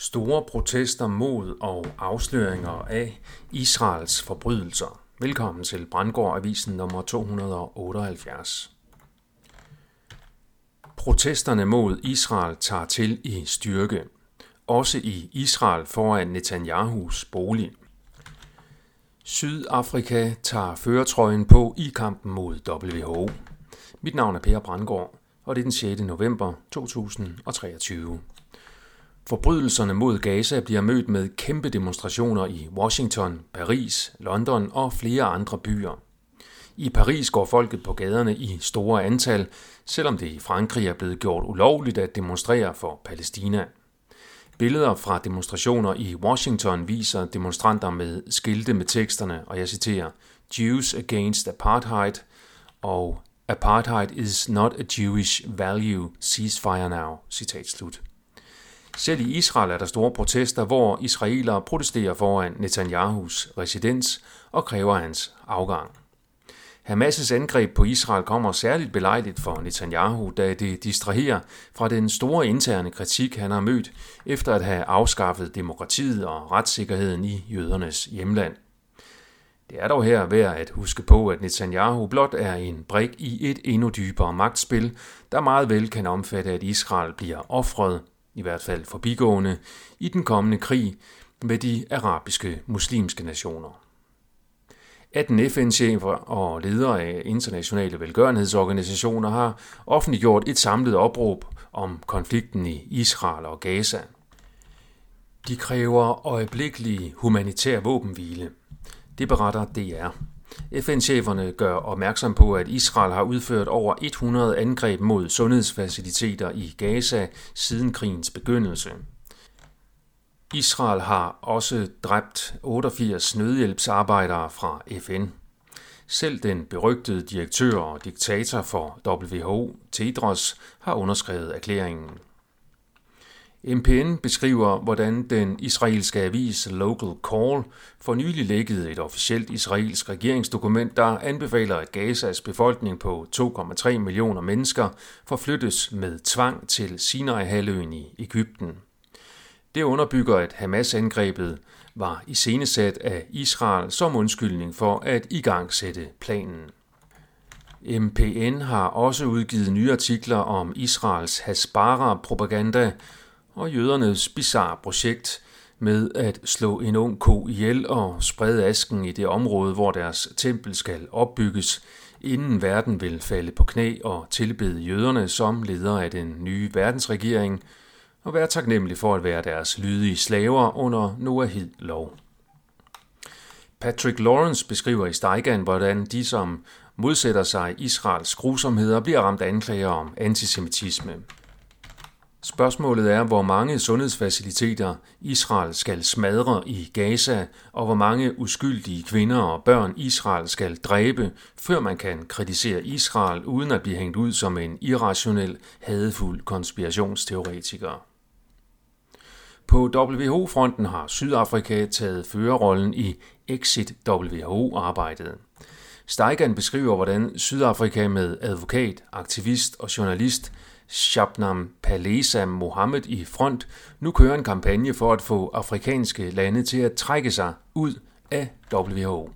Store protester mod og afsløringer af Israels forbrydelser. Velkommen til Brandgård Avisen nummer 278. Protesterne mod Israel tager til i styrke. Også i Israel foran Netanyahus bolig. Sydafrika tager førertrøjen på i kampen mod WHO. Mit navn er Per Brandgård, og det er den 6. november 2023. Forbrydelserne mod Gaza bliver mødt med kæmpe demonstrationer i Washington, Paris, London og flere andre byer. I Paris går folket på gaderne i store antal, selvom det i Frankrig er blevet gjort ulovligt at demonstrere for Palæstina. Billeder fra demonstrationer i Washington viser demonstranter med skilte med teksterne, og jeg citerer, Jews against apartheid og Apartheid is not a Jewish value, ceasefire now, citat slut. Selv i Israel er der store protester, hvor israelere protesterer foran Netanyahus residens og kræver hans afgang. Hamas' angreb på Israel kommer særligt belejligt for Netanyahu, da det distraherer fra den store interne kritik, han har mødt efter at have afskaffet demokratiet og retssikkerheden i jødernes hjemland. Det er dog her værd at huske på, at Netanyahu blot er en brik i et endnu dybere magtspil, der meget vel kan omfatte, at Israel bliver ofret, i hvert fald forbigående, i den kommende krig med de arabiske muslimske nationer. 18 FN-chefer og ledere af internationale velgørenhedsorganisationer har offentliggjort et samlet opråb om konflikten i Israel og Gaza. De kræver øjeblikkelig humanitær våbenhvile. Det beretter DR. FN-cheferne gør opmærksom på, at Israel har udført over 100 angreb mod sundhedsfaciliteter i Gaza siden krigens begyndelse. Israel har også dræbt 88 nødhjælpsarbejdere fra FN. Selv den berygtede direktør og diktator for WHO, Tedros, har underskrevet erklæringen. MPN beskriver, hvordan den israelske avis Local Call for nylig lækkede et officielt israelsk regeringsdokument, der anbefaler, at Gazas befolkning på 2,3 millioner mennesker forflyttes med tvang til Sinai-halvøen i Egypten. Det underbygger, at Hamas-angrebet var iscenesat af Israel som undskyldning for at igangsætte planen. MPN har også udgivet nye artikler om Israels Hasbara-propaganda og jødernes bizarre projekt med at slå en ung ko ihjel og sprede asken i det område, hvor deres tempel skal opbygges, inden verden vil falde på knæ og tilbede jøderne som leder af den nye verdensregering, og være taknemmelig for at være deres lydige slaver under Noahid-lov. Patrick Lawrence beskriver i Steigan, hvordan de, som modsætter sig Israels grusomheder, bliver ramt af anklager om antisemitisme. Spørgsmålet er, hvor mange sundhedsfaciliteter Israel skal smadre i Gaza, og hvor mange uskyldige kvinder og børn Israel skal dræbe, før man kan kritisere Israel uden at blive hængt ud som en irrationel, hadefuld konspirationsteoretiker. På WHO-fronten har Sydafrika taget førerrollen i Exit WHO-arbejdet. Steigan beskriver, hvordan Sydafrika med advokat, aktivist og journalist Shabnam Palesa Mohammed i front nu kører en kampagne for at få afrikanske lande til at trække sig ud af WHO.